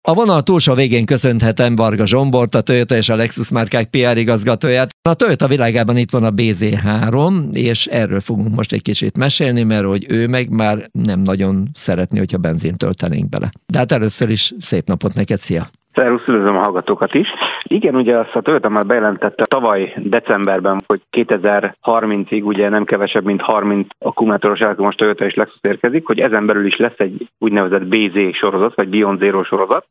A vonal túlsó végén köszönhetem Varga Zsombort, a Toyota és a Lexus márkák PR igazgatóját. A Toyota világában itt van a BZ3, és erről fogunk most egy kicsit mesélni, mert hogy ő meg már nem nagyon szeretné, hogyha benzint töltenénk bele. De hát először is szép napot neked, szia! Szervusz, üdvözlöm a hallgatókat is. Igen, ugye azt a Toyota már bejelentette tavaly decemberben, hogy 2030-ig ugye nem kevesebb, mint 30 akkumulátoros elektromos Toyota és Lexus érkezik, hogy ezen belül is lesz egy úgynevezett BZ sorozat, vagy Beyond Zero sorozat,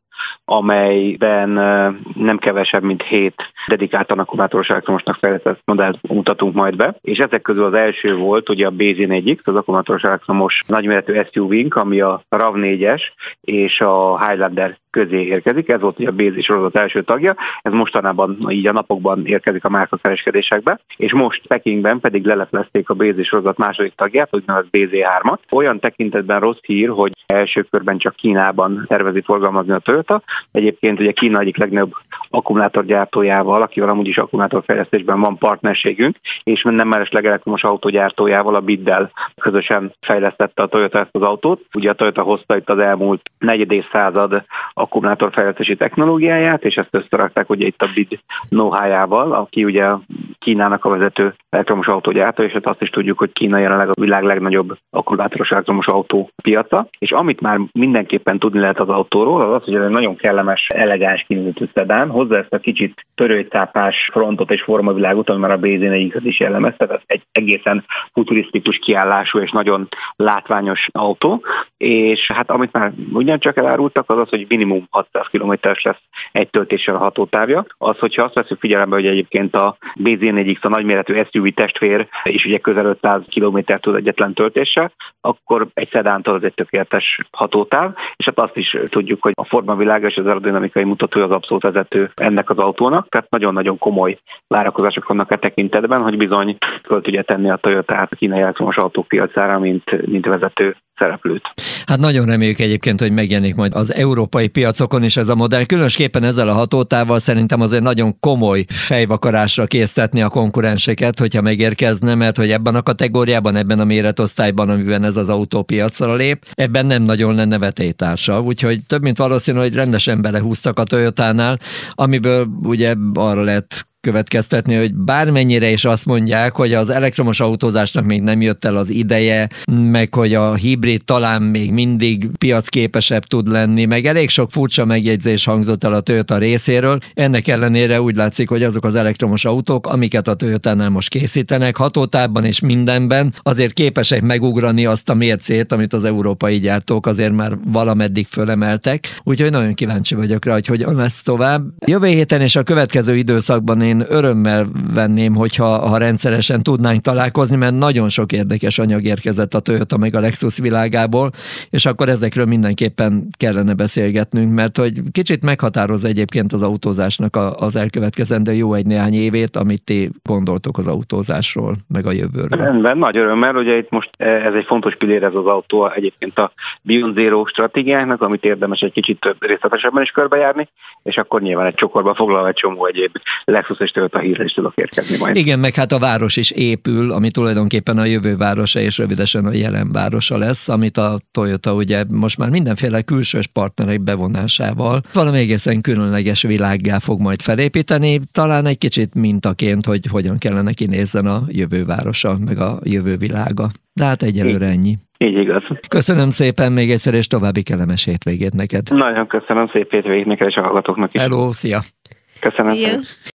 amelyben nem kevesebb, mint 7 dedikáltan akkumulátoros elektromosnak fejlesztett modellt mutatunk majd be. És ezek közül az első volt ugye a BZ4X, az akkumulátoros elektromos nagyméretű SUV-nk, ami a RAV4-es és a Highlander közé érkezik. Ez volt ugye a BZ sorozat első tagja, ez mostanában így a napokban érkezik a márkakereskedésekbe, és most Pekingben pedig leleplezték a BZ sorozat második tagját, úgynevezett BZ3-at. Olyan tekintetben rossz hír, hogy első körben csak Kínában tervezi forgalmazni a Toyota. Egyébként ugye Kína egyik legnagyobb akkumulátorgyártójával, akivel amúgy is akkumulátorfejlesztésben van partnerségünk, és nem mellesleg elektromos autógyártójával, a BID-del közösen fejlesztette a Toyota ezt az autót. Ugye a Toyota hozta itt az elmúlt negyed évszázad akkumulátorfejlesztési technológiáját, és ezt összerakták ugye itt a BID know-how-jával, aki ugye Kínának a vezető elektromos autógyártó, és hát azt is tudjuk, hogy Kína jelenleg a világ legnagyobb akkumulátoros elektromos autópiaca. És amit már mindenképpen tudni lehet az autóról, az az, hogy ez egy nagyon kellemes, elegáns kinézetű szedán, hozzá ezt a kicsit törőcápás frontot és formavilágot, ami már a BZ4-et is jellemezte, tehát egy egészen futurisztikus kiállású és nagyon látványos autó, és hát amit már ugyancsak elárultak, az az, hogy minimum 600 km-es lesz egy töltéssel a hatótávja. Az, hogyha azt veszünk figyelembe, hogy egyébként a BZ4X a nagyméretű SUV testvér, és ugye közel 500 km tud egyetlen töltéssel, akkor egy szedántól az egy tökéletes hatótáv, és hát azt is tudjuk, hogy a formavilága és az aerodinamikai mutatója az abszolút vezető ennek az autónak, tehát nagyon-nagyon komoly várakozások vannak e tekintetben, hogy bizony föl tudja tenni a Toyotát a kínai elektromos autók piacára, mint vezető szereplőt. Hát nagyon reméljük egyébként, hogy megjelenik majd az európai piacokon is ez a modell. Különösképpen ezzel a hatótávval szerintem azért nagyon komoly fejvakarásra késztetni a konkurenseket, hogyha megérkezne, mert hogy ebben a kategóriában, ebben a méretosztályban, amiben ez az autó piacra lép, ebben nem nagyon lenne vetélytársa. Úgyhogy több mint valószínű, hogy rendesen belehúztak a Toyotánál, amiből ugye arra lehet következtetni, hogy bármennyire is azt mondják, hogy az elektromos autózásnak még nem jött el az ideje, meg hogy a hibrid talán még mindig piacképesebb tud lenni, meg elég sok furcsa megjegyzés hangzott el a Toyota részéről. Ennek ellenére úgy látszik, hogy azok az elektromos autók, amiket a Toyotánál most készítenek, hatótávban és mindenben, azért képesek megugrani azt a mércét, amit az európai gyártók azért már valameddig fölemeltek. Úgyhogy nagyon kíváncsi vagyok rá, hogy hogyan lesz tovább. Jövő héten és a következő időszakban én örömmel venném, ha rendszeresen tudnánk találkozni, mert nagyon sok érdekes anyag érkezett a Toyota meg a Lexus világából, és akkor ezekről mindenképpen kellene beszélgetnünk, mert hogy kicsit meghatároz egyébként az autózásnak az elkövetkezendő jó egy-néhány évét, amit ti gondoltok az autózásról, meg a jövőről. Rendben, nagy örömmel, ugye itt most ez egy fontos pillér ez az autó egyébként a Beyond Zero stratégiának, amit érdemes egy kicsit több részletesebben is körbejárni, és akkor nyilván egy csokorba foglalva egy csomó egyéb Lexus és Toyota hírre is tudok érkezni majd. Igen, meg hát a város is épül, ami tulajdonképpen a jövő városa és rövidesen a jelen városa lesz, amit a Toyota ugye most már mindenféle külsős partnerek bevonásával valami egészen különleges világgá fog majd felépíteni, talán egy kicsit mintaként, hogy hogyan kellene kinézzen a jövő városa, meg a jövő világa. De hát egyelőre ennyi. Így igaz. Köszönöm szépen még egyszer, és további kellemes hétvégét neked. Nagyon köszönöm, szép hétvégét neked és a hallgatóknak is. Hello, szia! Köszönöm.